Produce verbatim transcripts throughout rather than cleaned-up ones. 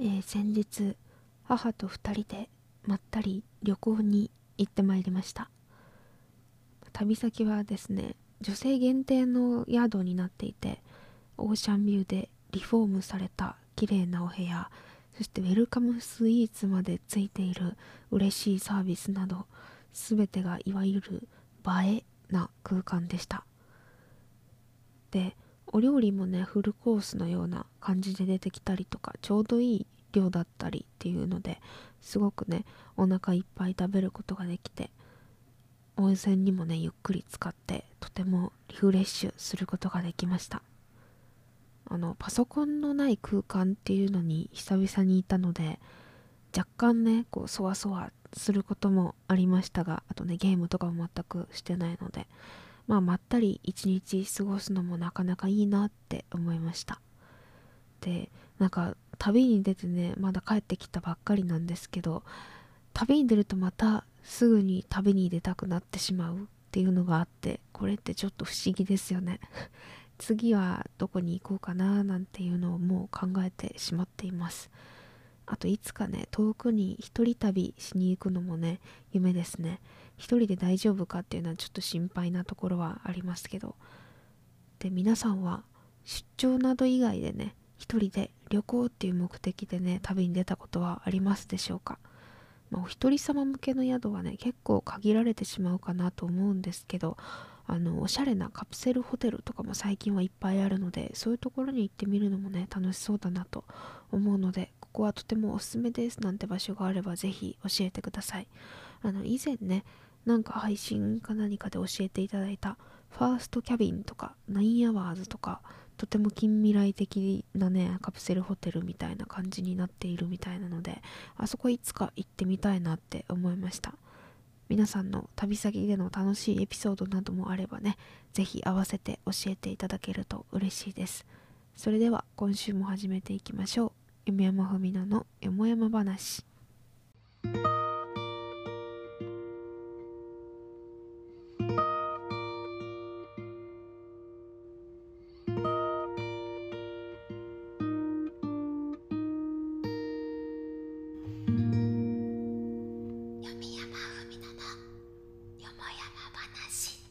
えー先日母とふたりでまったり旅行に行ってまいりました。旅先はですね、女性限定の宿になっていて、オーシャンビューでリフォームされた綺麗なお部屋、そしてウェルカムスイーツまでついている嬉しいサービスなど、全てがいわゆる映えな空間でした。で、お料理もね、フルコースのような感じで出てきたりとか、ちょうどいい量だったりっていうので、すごくね、お腹いっぱい食べることができて、温泉にもね、ゆっくり使ってとてもリフレッシュすることができました。あのパソコンのない空間っていうのに久々にいたので、若干ね、こうそわそわすることもありましたが、あとね、ゲームとかも全くしてないので、まあまったり一日過ごすのもなかなかいいなって思いました。で、なんか旅に出てね、まだ帰ってきたばっかりなんですけど、旅に出るとまたすぐに旅に出たくなってしまうっていうのがあって、これってちょっと不思議ですよね。次はどこに行こうかななんていうのをもう考えてしまっています。あといつかね、遠くに一人旅しに行くのもね、夢ですね。一人で大丈夫かっていうのはちょっと心配なところはありますけど。で、皆さんは出張など以外でね、一人で旅行っていう目的でね、旅に出たことはありますでしょうか。まあ、お一人様向けの宿はね、結構限られてしまうかなと思うんですけど、あのおしゃれなカプセルホテルとかも最近はいっぱいあるので、そういうところに行ってみるのもね、楽しそうだなと思うので、ここはとてもおすすめですなんて場所があればぜひ教えてください。あの以前ね、なんか配信か何かで教えていただいたファーストキャビンとかナインアワーズとか、とても近未来的なね、カプセルホテルみたいな感じになっているみたいなので、あそこいつか行ってみたいなって思いました。皆さんの旅先での楽しいエピソードなどもあればね、ぜひ合わせて教えていただけると嬉しいです。それでは今週も始めていきましょう。よもやまふみののよもやま話。 よみやまふみののよもやま話。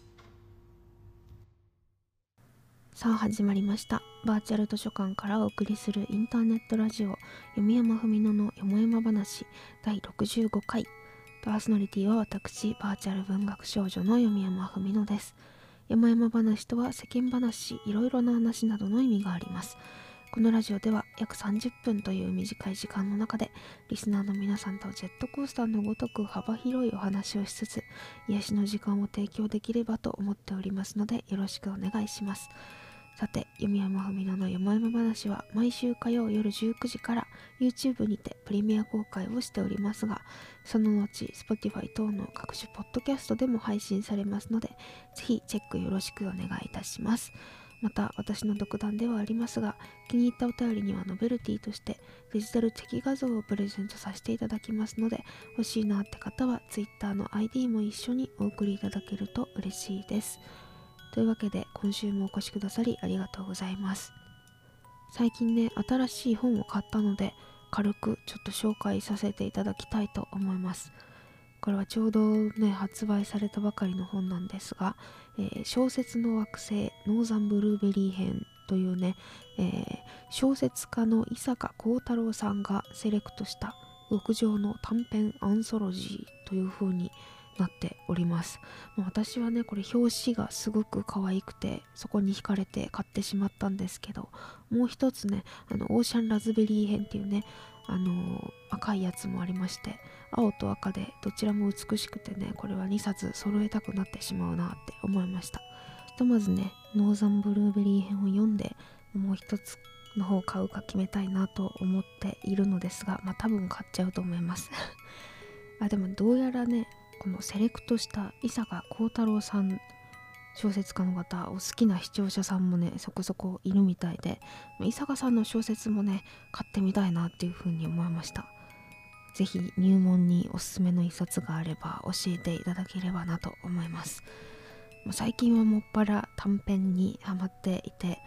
さあ始まりました。バーチャル図書館からお送りするインターネットラジオ、よみやまふみののよもやま話だいろくじゅうごかい。パーソナリティは私、バーチャル文学少女のよみやまふみのです。よもやま話とは世間話、いろいろな話などの意味があります。このラジオでは約さんじゅっぷんという短い時間の中で、リスナーの皆さんとジェットコースターのごとく幅広いお話をしつつ、癒しの時間を提供できればと思っておりますので、よろしくお願いします。さて、よみやまふみののよもやま話は毎週火曜夜じゅうくじから YouTube にてプレミア公開をしておりますが、その後 Spotify 等の各種ポッドキャストでも配信されますので、ぜひチェックよろしくお願いいたします。また、私の独断ではありますが、気に入ったお便りにはノベルティとしてデジタルチェキ画像をプレゼントさせていただきますので、欲しいなって方は Twitter の アイディー も一緒にお送りいただけると嬉しいです。というわけで、今週もお越しくださりありがとうございます。最近ね、新しい本を買ったので、軽くちょっと紹介させていただきたいと思います。これはちょうどね、発売されたばかりの本なんですが、えー小説の惑星ノーザンブルーベリー編というね、えー小説家の伊坂幸太郎さんがセレクトした極上の短編アンソロジーという風になっております。もう私はね、これ表紙がすごく可愛くて、そこに惹かれて買ってしまったんですけど、もう一つね、あのオーシャンラズベリー編っていうね、あのー赤いやつもありまして、青と赤でどちらも美しくてね、これはにさつ揃えたくなってしまうなって思いました。ひとまずね、ノーザンブルーベリー編を読んで、もう一つの方を買うか決めたいなと思っているのですが、まあ多分買っちゃうと思いますあ、でもどうやらね、このセレクトした伊坂幸太郎さん、小説家の方、お好きな視聴者さんもね、そこそこいるみたいで、伊坂さんの小説もね、買ってみたいなっていうふうに思いました。ぜひ入門におすすめの一冊があれば教えていただければなと思います。最近はもっぱら短編にハマっていて、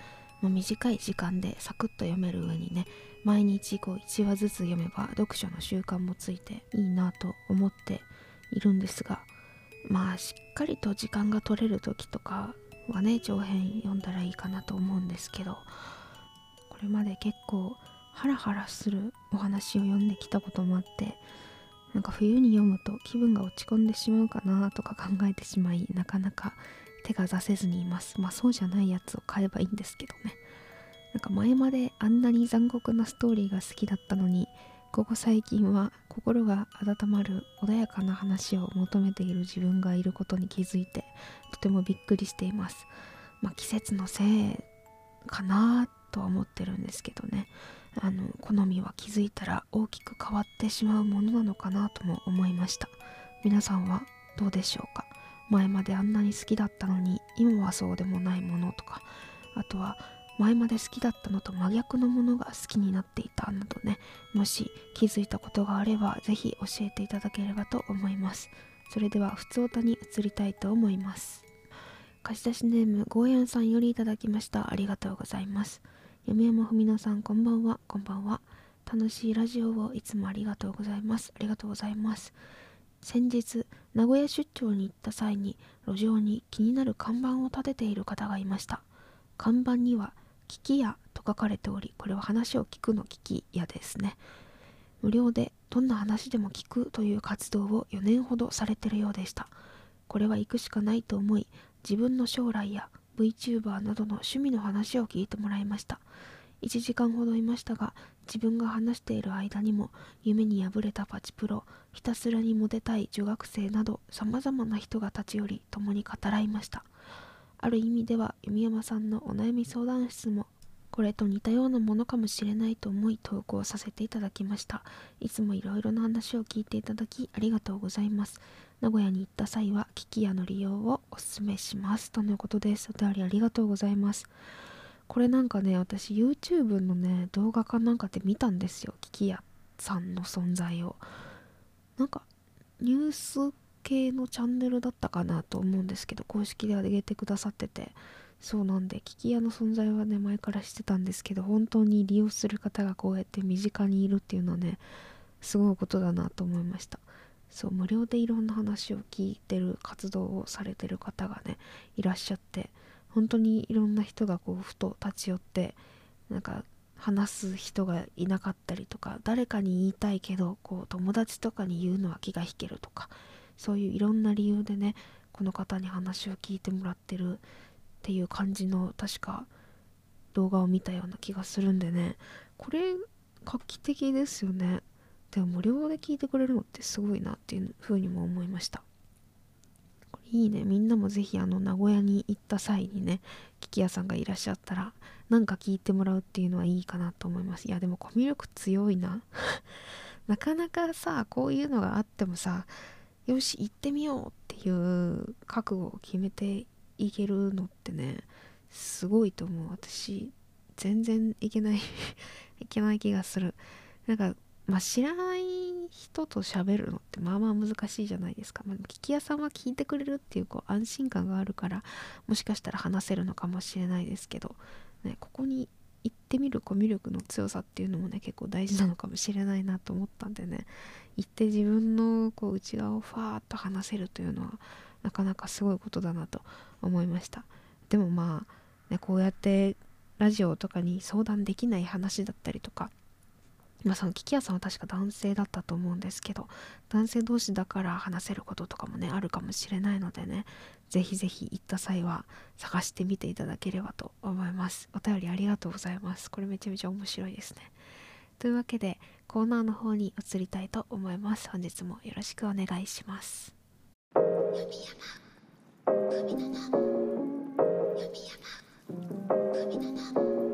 まあ、短い時間でサクッと読める上にね、毎日こういちわずつ読めば読書の習慣もついていいなと思っているんですが、まあしっかりと時間が取れる時とかはね、長編読んだらいいかなと思うんですけど、これまで結構ハラハラするお話を読んできたこともあって、なんか冬に読むと気分が落ち込んでしまうかなとか考えてしまい、なかなか手が出せずにいます。まあそうじゃないやつを買えばいいんですけどね。なんか前まであんなに残酷なストーリーが好きだったのに、ここ最近は心が温まる穏やかな話を求めている自分がいることに気づいて、とてもびっくりしています。まあ季節のせいかなとは思ってるんですけどね。あの好みは気づいたら大きく変わってしまうものなのかなとも思いました。皆さんはどうでしょうか。前まであんなに好きだったのに今はそうでもないものとか、あとは前まで好きだったのと真逆のものが好きになっていたなどね、もし気づいたことがあればぜひ教えていただければと思います。それではふつおたに移りたいと思います。貸し出しネームゴーヤンさんよりいただきました。ありがとうございます。嫁山ふみのさん、こんばんは。こんばんは。楽しいラジオをいつもありがとうございます。ありがとうございます。先日名古屋出張に行った際に路上に気になる看板を立てている方がいました。看板には聞き屋と書かれており、これは話を聞くの聞き屋ですね。無料でどんな話でも聞くという活動をよねんほどされているようでした。これは行くしかないと思い、自分の将来や VTuber などの趣味の話を聞いてもらいました。いちじかんほどいましたが、自分が話している間にも夢に破れたパチプロ、ひたすらにモテたい女学生など様々な人が立ち寄り共に語らいました。ある意味では弓山さんのお悩み相談室もこれと似たようなものかもしれないと思い投稿させていただきました。いつもいろいろな話を聞いていただきありがとうございます。名古屋に行った際は聞き屋の利用をお勧めしますとのことです。お便りありがとうございます。これなんかね、私 YouTube のね動画かなんかで見たんですよ、聞き屋さんの存在を。なんかニュース系のチャンネルだったかなと思うんですけど、公式で上げてくださってて、そうなんで聞き屋の存在はね前から知ってたんですけど、本当に利用する方がこうやって身近にいるっていうのはね、すごいことだなと思いました。そう、無料でいろんな話を聞いてる活動をされてる方がねいらっしゃって、本当にいろんな人がこうふと立ち寄ってなんか話す人がいなかったりとか、誰かに言いたいけどこう友達とかに言うのは気が引けるとか、そういういろんな理由でねこの方に話を聞いてもらってるっていう感じの確か動画を見たような気がするんでね、これ画期的ですよね。でも無料で聞いてくれるのってすごいなっていう風にも思いました。これいいね。みんなもぜひあの名古屋に行った際にね、聞き屋さんがいらっしゃったらなんか聞いてもらうっていうのはいいかなと思います。いやでもコミュ力強いななかなかさ、こういうのがあってもさ、よし行ってみようっていう覚悟を決めていけるのってね、すごいと思う。私全然いけないいけない気がする。なんかまあ知らない人と喋るのってまあまあ難しいじゃないですか。まあ、聞き屋さんは聞いてくれるっていうこう安心感があるからもしかしたら話せるのかもしれないですけど、ね、ここに行ってみるコミュ力の強さっていうのもね結構大事なのかもしれないなと思ったんでね、行って自分のこう内側をファーッと話せるというのはなかなかすごいことだなと思いました。でもまあ、ね、こうやってラジオとかに相談できない話だったりとか、まあその聞き屋さんは確か男性だったと思うんですけど、男性同士だから話せることとかもねあるかもしれないのでね、ぜひぜひ行った際は探してみていただければと思います。お便りありがとうございます。これめちゃめちゃ面白いですね。というわけでコーナーの方に移りたいと思います。本日もよろしくお願いします。 弓山ふみのな弓山ふみのな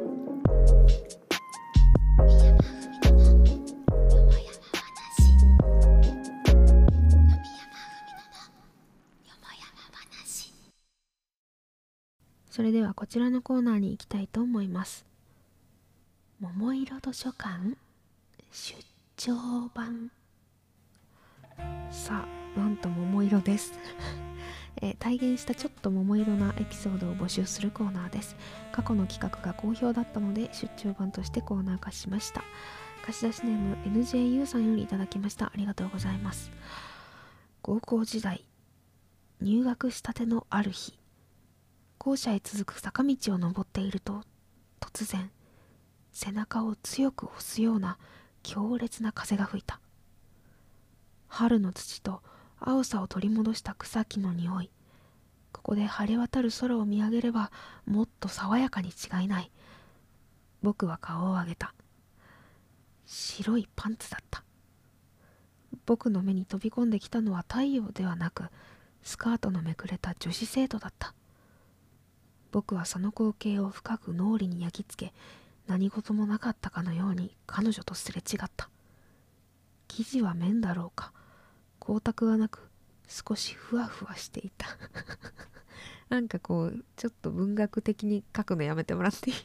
それではこちらのコーナーに行きたいと思います。桃色図書館出張版。さあなんと桃色ですえー、体現したちょっと桃色なエピソードを募集するコーナーです。過去の企画が好評だったので出張版としてコーナー化しました。貸し出しネーム エヌジェーユー さんよりいただきました。ありがとうございます。高校時代、入学したてのある日、校舎へ続く坂道を登っていると、突然背中を強く押すような強烈な風が吹いた。春の土と青さを取り戻した草木の匂い。ここで晴れ渡る空を見上げればもっと爽やかに違いない。僕は顔を上げた。白いパンツだった。僕の目に飛び込んできたのは太陽ではなく、スカートのめくれた女子生徒だった。僕はその光景を深く脳裏に焼き付け、何事もなかったかのように彼女とすれ違った。生地は綿だろうか、光沢はなく少しふわふわしていたなんかこうちょっと文学的に書くのやめてもらっていいか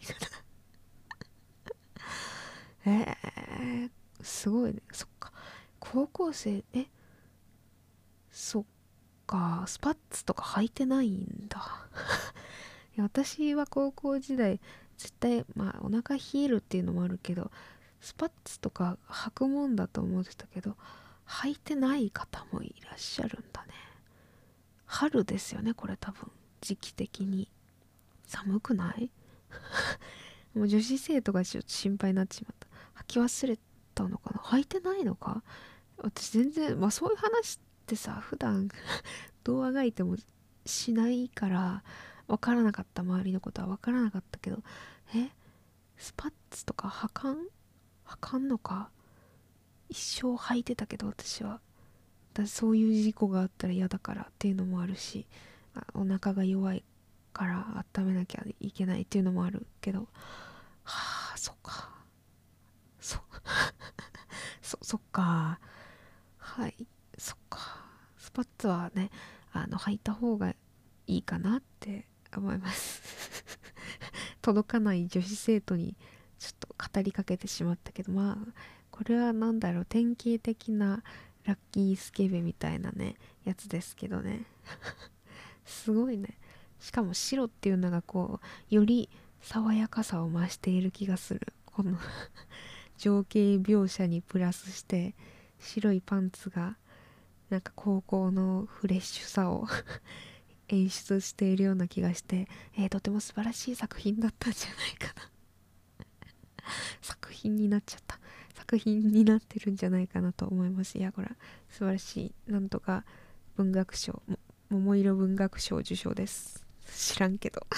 なえー、すごいね。そっか、高校生、えそっか、スパッツとか履いてないんだいや私は高校時代絶対、まあお腹冷えるっていうのもあるけど、スパッツとか履くもんだと思ってたけど、履いてない方もいらっしゃるんだね。春ですよね、これ多分時期的に。寒くないもう女子生徒がちょっと心配になってしまった。履き忘れたのかな、履いてないのか。私全然、まあそういう話ってさ、普段どうあがいてもしないから分からなかった。周りのことは分からなかったけど、えスパッツとか履かん履かんのか。一生履いてたけど私は。だそういう事故があったら嫌だからっていうのもあるし、あお腹が弱いから温めなきゃいけないっていうのもあるけど、はあ、そっか、そそそっか、はい、そっか。スパッツはね、あの履いた方がいいかなって思います届かない女子生徒にちょっと語りかけてしまったけど、まあこれは何だろう、典型的なラッキースケベみたいなねやつですけどねすごいね。しかも白っていうのがこうより爽やかさを増している気がする。この情景描写にプラスして白いパンツがなんか高校のフレッシュさを演出しているような気がして、えー、とても素晴らしい作品だったんじゃないかな作品になっちゃった作品になってるんじゃないかなと思います。いやこれ素晴らしい、なんとか文学賞、も桃色文学賞受賞です。知らんけど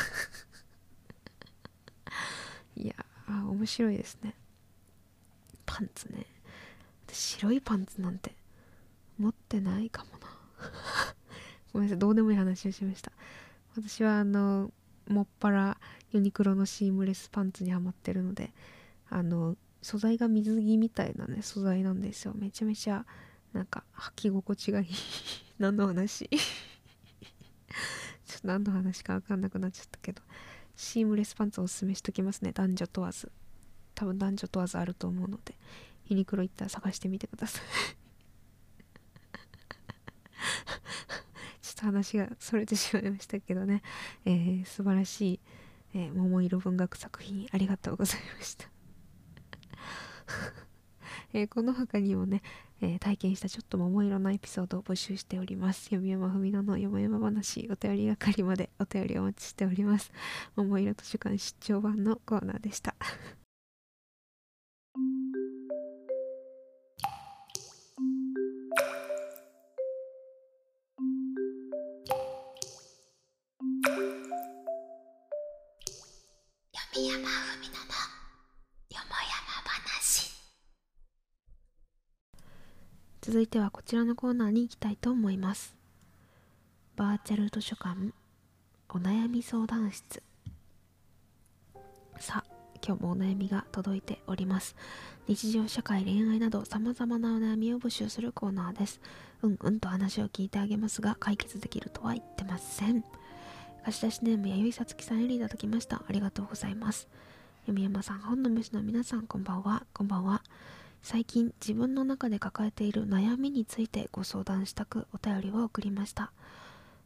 いやー面白いですね。パンツね、白いパンツなんて持ってないかもなごめんなさい、どうでもいい話をしました。私はあのもっぱらユニクロのシームレスパンツにハマってるので、あの素材が水着みたいなね素材なんですよ。めちゃめちゃなんか履き心地がいい何の話ちょっと何の話か分かんなくなっちゃったけど、シームレスパンツをおすすめしときますね。男女問わず、多分男女問わずあると思うので、ユニクロ行ったら探してみてくださいちょっと話がそれてしまいましたけどね、えー、素晴らしい、えー、桃色文学作品ありがとうございましたえー、この他にもね、えー、体験したちょっと桃色なエピソードを募集しております。読み山ふみののよもやま話お便り係までお便りお待ちしております。桃色図書館出張版のコーナーでした読み山ふみののよもやま話。 続いてはこちらのコーナーに行きたいと思います。バーチャル図書館お悩み相談室。さあ今日もお悩みが届いております。日常社会恋愛など様々なお悩みを募集するコーナーです。うんうんと話を聞いてあげますが解決できるとは言ってません。貸し出しネームやゆいさつきさんよりいただきました。ありがとうございます。読山さん、本の虫の皆さん、こんばんは。こんばんは。最近自分の中で抱えている悩みについてご相談したくお便りを送りました。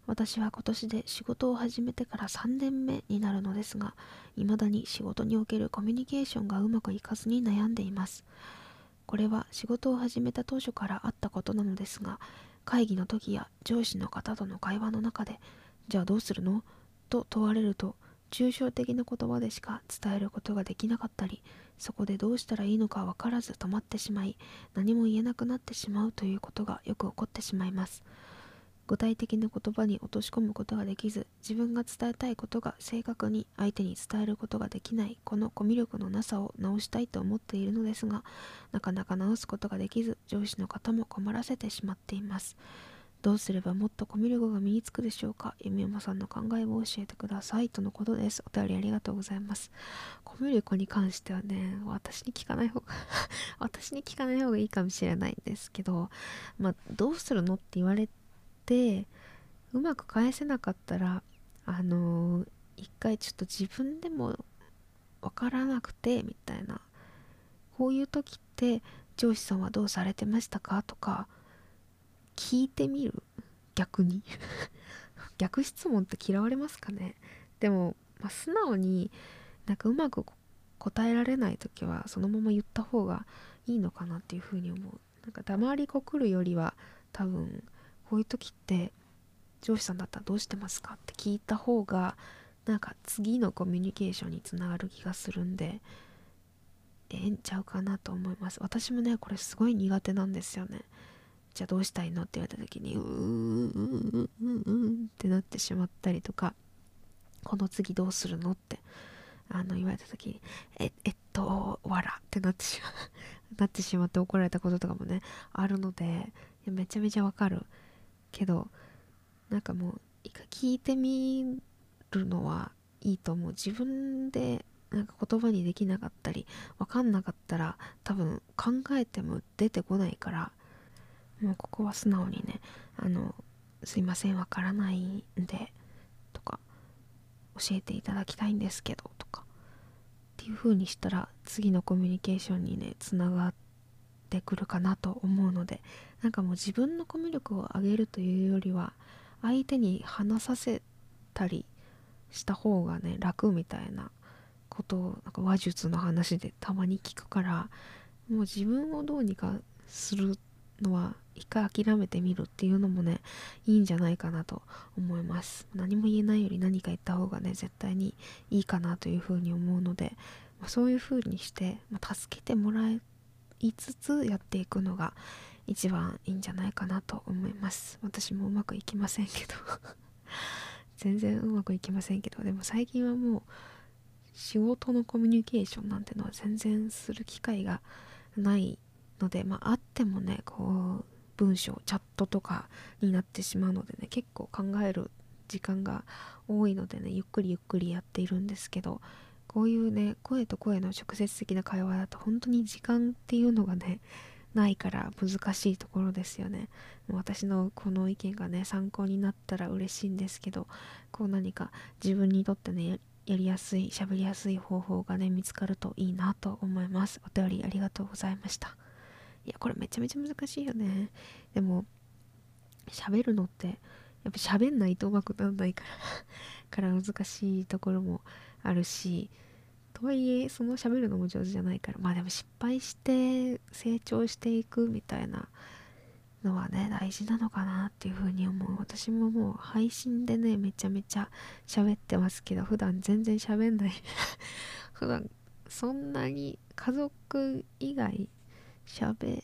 私は今年で仕事を始めてからさんねんめになるのですが、未だに仕事におけるコミュニケーションがうまくいかずに悩んでいます。これは仕事を始めた当初からあったことなのですが、会議の時や上司の方との会話の中で、じゃあどうするのと問われると、抽象的な言葉でしか伝えることができなかったり、そこでどうしたらいいのか分からず止まってしまい、何も言えなくなってしまうということがよく起こってしまいます。具体的な言葉に落とし込むことができず、自分が伝えたいことが正確に相手に伝えることができない、このコミュ力のなさを直したいと思っているのですが、なかなか直すことができず、上司の方も困らせてしまっています。どうすればもっとコミュ力が身につくでしょうか。弓山さんの考えを教えてください、とのことです。お便りありがとうございます。コミュ力に関してはね、私に聞かない方が私に聞かない方がいいかもしれないんですけど、まあ、どうするのって言われて、うまく返せなかったら、あのー一回ちょっと自分でもわからなくてみたいな、こういう時って上司さんはどうされてましたかとか聞いてみる。逆に逆質問って嫌われますかね。でも、まあ、素直になんかうまく答えられない時はそのまま言った方がいいのかなっていうふうに思う。なんか黙りこくるよりは、多分こういう時って上司さんだったらどうしてますかって聞いた方が、なんか次のコミュニケーションにつながる気がするんで、ええんちゃうかなと思います。私もね、これすごい苦手なんですよね。じゃあどうしたいのって言われた時に、うーん、うん、うん、うんってなってしまったりとか、この次どうするのってあの言われた時に、え、えっと、わらってなってしまうなってしまって怒られたこととかもね、あるので、いやめちゃめちゃわかるけど、なんかもう一回聞いてみるのはいいと思う。自分でなんか言葉にできなかったりわかんなかったら、多分考えても出てこないから、もうここは素直にね、あのすいませんわからないんでとか、教えていただきたいんですけどとかっていう風にしたら、次のコミュニケーションにねつながってくるかなと思うので、なんかもう自分のコミュ力を上げるというよりは、相手に話させたりした方がね楽みたいなことを、なんか話術の話でたまに聞くから、もう自分をどうにかするのは一回諦めてみるっていうのもね、いいんじゃないかなと思います。何も言えないより何か言った方がね絶対にいいかなというふうに思うので、まあ、そういうふうにして、まあ、助けてもらいつつやっていくのが一番いいんじゃないかなと思います。私もうまくいきませんけど全然うまくいきませんけど、でも最近はもう仕事のコミュニケーションなんてのは全然する機会がないので、まああってもね、こう文章チャットとかになってしまうのでね、結構考える時間が多いのでね、ゆっくりゆっくりやっているんですけど、こういうね声と声の直接的な会話だと本当に時間っていうのがねないから難しいところですよね。私のこの意見がね参考になったら嬉しいんですけど、こう何か自分にとってねやりやすい、喋りやすい方法がね見つかるといいなと思います。お便りありがとうございました。いやこれめちゃめちゃ難しいよね。でも喋るのってやっぱ喋んないとうまくならないからから難しいところもあるし、とはいえその喋るのも上手じゃないから、まあでも失敗して成長していくみたいなのはね大事なのかなっていうふうに思う。私ももう配信でねめちゃめちゃ喋ってますけど、普段全然喋んない普段そんなに家族以外喋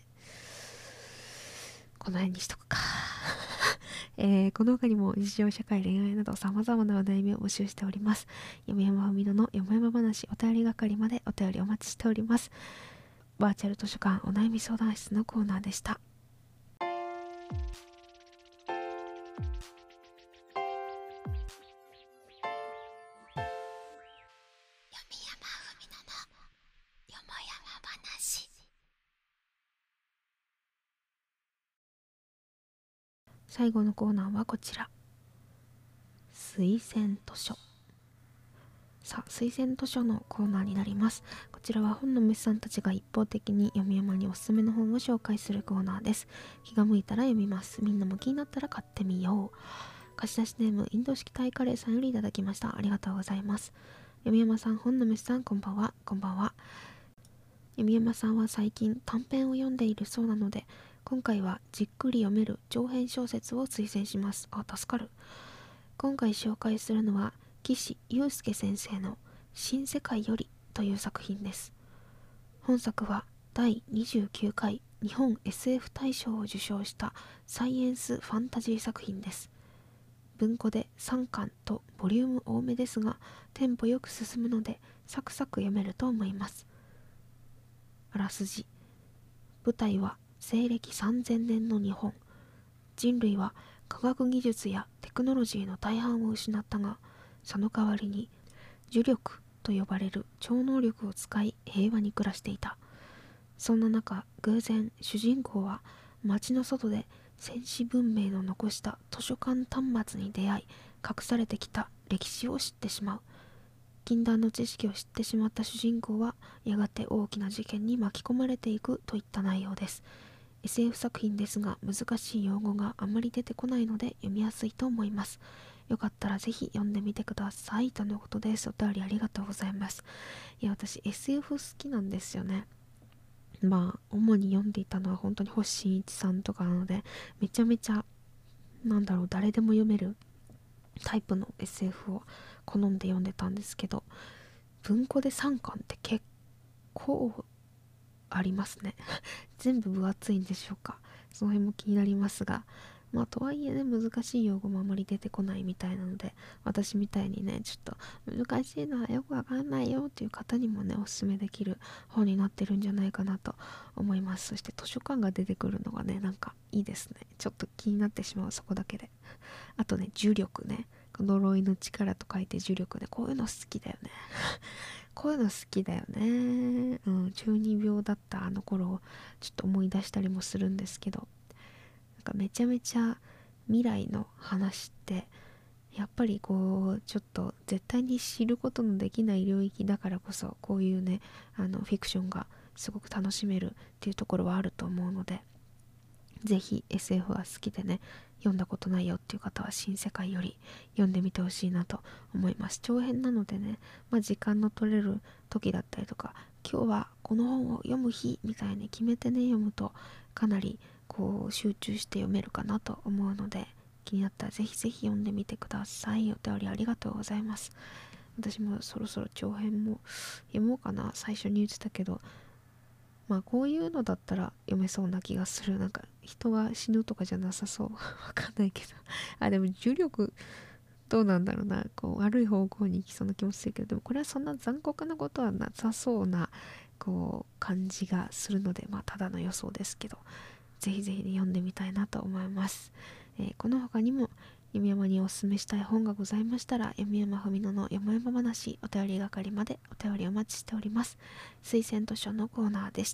この辺にしとくかえー、この他にも日常社会、恋愛など様々なお悩みを募集しております。よもやまふみののよもやま話お便り係までお便りお待ちしております。バーチャル図書館お悩み相談室のコーナーでした。 よみやまふみののよもやま話。 最後のコーナーはこちら、推薦図書。さあ、推薦図書のコーナーになります。こちらは本の虫さんたちが一方的に読み山におすすめの本を紹介するコーナーです。気が向いたら読みます。みんなも気になったら買ってみよう。 貸し出しネームインド式タイカレーさんよりいただきました。ありがとうございます。読山さん、本の虫さん、こんばんは。こんばんは。読山さんは最近短編を読んでいるそうなので、今回はじっくり読める長編小説を推薦します。あ、助かる。今回紹介するのは岸優介先生の新世界よりという作品です。本作はだいにじゅうきゅうかい日本 エスエフ 大賞を受賞したサイエンスファンタジー作品です。文庫でさんかんとボリューム多めですが、テンポよく進むのでサクサク読めると思います。あらすじ。舞台は西暦さんぜんねんの日本。人類は科学技術やテクノロジーの大半を失ったが、その代わりに呪力と呼ばれる超能力を使い平和に暮らしていた。そんな中、偶然主人公は街の外で先進文明の残した図書館端末に出会い、隠されてきた歴史を知ってしまう。禁断の知識を知ってしまった主人公はやがて大きな事件に巻き込まれていくといった内容です。 エスエフ 作品ですが、難しい用語があまり出てこないので読みやすいと思います。よかったらぜひ読んでみてくださいとのことです。お便りありがとうございます。いや、私 エスエフ 好きなんですよね。まあ主に読んでいたのは本当に星新一さんとかなので、めちゃめちゃなんだろう、誰でも読めるタイプの エスエフ を好んで読んでたんですけど、文庫でさんかんって結構ありますね。全部分厚いんでしょうか。その辺も気になりますが、まあとはいえね、難しい用語もあまり出てこないみたいなので、私みたいにね、ちょっと難しいのはよくわかんないよっていう方にもね、おすすめできる本になってるんじゃないかなと思います。そして図書館が出てくるのがね、なんかいいですね。ちょっと気になってしまう、そこだけで。あとね、呪力ね。呪いの力と書いて呪力で、こういうの好きだよね。こういうの好きだよね。うん、中二病だったあの頃をちょっと思い出したりもするんですけど、なんかめちゃめちゃ未来の話ってやっぱりこうちょっと絶対に知ることのできない領域だからこそ、こういうね、あのフィクションがすごく楽しめるっていうところはあると思うので、ぜひ エスエフ が好きでね、読んだことないよっていう方は新世界より読んでみてほしいなと思います。長編なのでね、まあ、時間の取れる時だったりとか、今日はこの本を読む日みたいに決めてね、読むとかなりこう集中して読めるかなと思うので、気になったらぜひぜひ読んでみてください。お便りありがとうございます。私もそろそろ長編も読もうかな。最初に言ってたけど、まあこういうのだったら読めそうな気がする。なんか人が死ぬとかじゃなさそう。わかんないけど。あ、でも重力どうなんだろうな。こう悪い方向に行きそうな気もするけど、でもこれはそんな残酷なことはなさそうなこう感じがするので、まあただの予想ですけど、ぜひぜひ、ね、読んでみたいなと思います。えーこの他にも読山におすすめしたい本がございましたら、読山文乃のよもやま話お便り係までお便りお待ちしております。推薦図書のコーナーでした。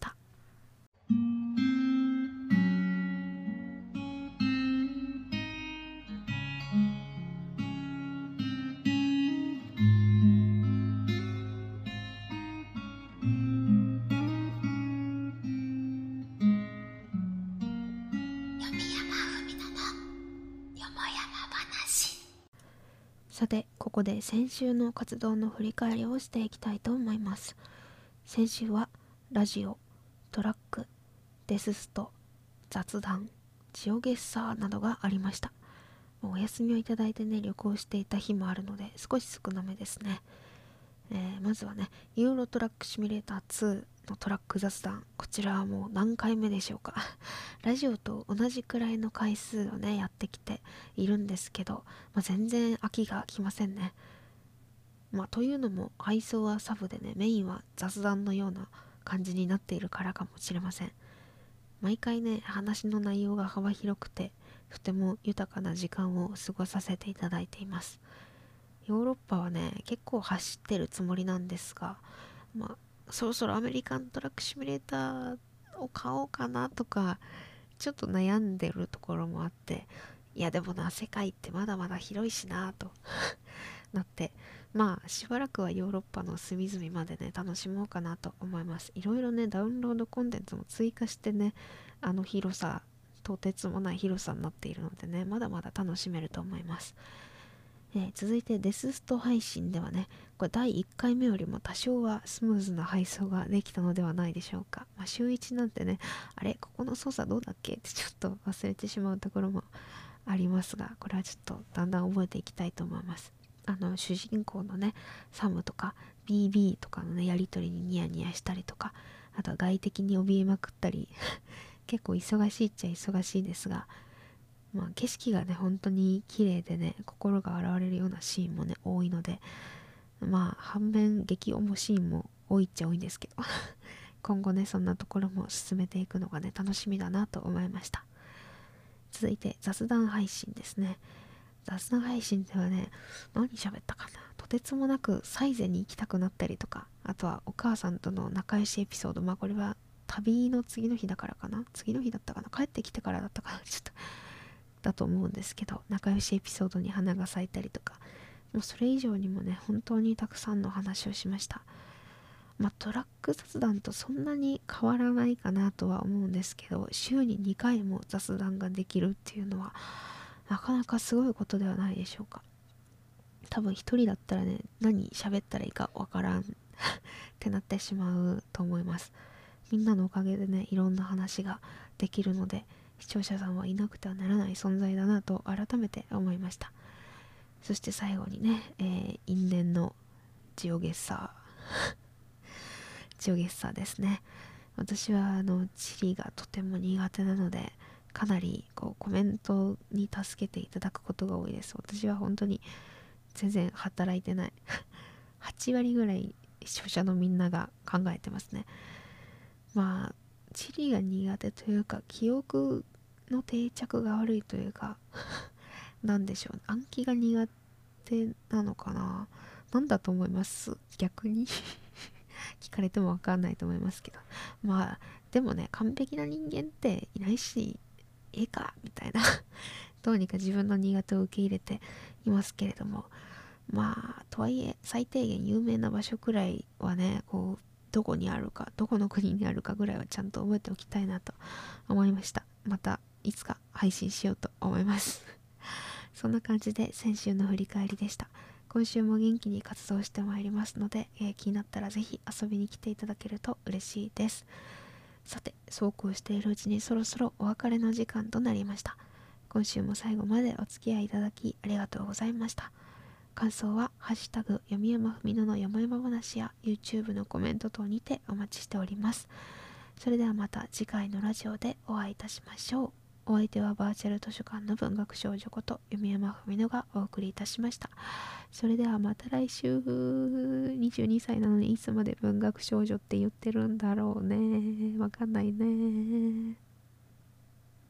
読み山ふみののよもやま話。 さて、ここで先週の活動の振り返りをしていきたいと思います。先週はラジオ、トラック、デススト、雑談、ジオゲッサーなどがありました。お休みをいただいてね、旅行していた日もあるので少し少なめですね。えーまずはね、ユーロトラックシミュレーターツーのトラック雑談。こちらはもう何回目でしょうか。ラジオと同じくらいの回数をね、やってきているんですけど、まあ、全然飽きが来ませんね。まあ、というのも配送はサブでね、メインは雑談のような感じになっているからかもしれません。毎回ね、話の内容が幅広くて、とても豊かな時間を過ごさせていただいています。ヨーロッパはね、結構走ってるつもりなんですが、まあ、そろそろアメリカントラックシミュレーターを買おうかなとか、ちょっと悩んでるところもあって、いやでもな、世界ってまだまだ広いしなとなって、まあしばらくはヨーロッパの隅々までね、楽しもうかなと思います。いろいろね、ダウンロードコンテンツも追加してね、あの広さとてつもない広さになっているのでね、まだまだ楽しめると思います。えー続いてデススト配信ではね、これだいいっかいめよりも多少はスムーズな配送ができたのではないでしょうか。まあ、週いちなんてね、あれここの操作どうだっけってちょっと忘れてしまうところもありますが、これはちょっとだんだん覚えていきたいと思います。あの主人公のねサムとか ビービー とかのねやり取りにニヤニヤしたりとか、あとは外敵に怯えまくったり結構忙しいっちゃ忙しいですが、まあ景色がね本当に綺麗でね心が洗われるようなシーンもね多いので、まあ反面激重シーンも多いっちゃ多いんですけど今後ねそんなところも進めていくのがね楽しみだなと思いました。続いて雑談配信ですね。雑談配信ではね、何喋ったかな、とてつもなくサイゼに行きたくなったりとか、あとはお母さんとの仲良しエピソード、まあこれは旅の次の日だからかな、次の日だったかな、帰ってきてからだったかな、ちょっとだと思うんですけど、仲良しエピソードに花が咲いたりとか、もうそれ以上にもね本当にたくさんの話をしました。まあトラック雑談とそんなに変わらないかなとは思うんですけど、週ににかいも雑談ができるっていうのはなかなかすごいことではないでしょうか。多分一人だったらね何喋ったらいいかわからんってなってしまうと思います。みんなのおかげでねいろんな話ができるので、視聴者さんはいなくてはならない存在だなと改めて思いました。そして最後にね、えー因縁のジオゲッサージオゲッサーですね。私はあの地理がとても苦手なので、かなりこうコメントに助けていただくことが多いです。私は本当に全然働いてないはち割ぐらい視聴者のみんなが考えてますね。まあ地理が苦手というか記憶の定着が悪いというかなんでしょう、暗記が苦手なのかな、なんだと思います逆に聞かれてもわかんないと思いますけど、まあでもね完璧な人間っていないし、ええかみたいなどうにか自分の苦手を受け入れていますけれども、まあとはいえ最低限有名な場所くらいはねこうどこにあるかどこの国にあるかぐらいはちゃんと覚えておきたいなと思いました。またいつか配信しようと思いますそんな感じで先週の振り返りでした。今週も元気に活動してまいりますので、えー気になったらぜひ遊びに来ていただけると嬉しいです。さて、そうこうしているうちにそろそろお別れの時間となりました。今週も最後までお付き合いいただきありがとうございました。感想はハッシュタグ読山ふみののよもやま話や YouTube のコメント等にてお待ちしております。それではまた次回のラジオでお会いいたしましょう。お相手はバーチャル図書館の文学少女こと読山ふみのがお送りいたしました。それではまた来週。にじゅうにさいなのにいつまで文学少女って言ってるんだろうね。わかんないね。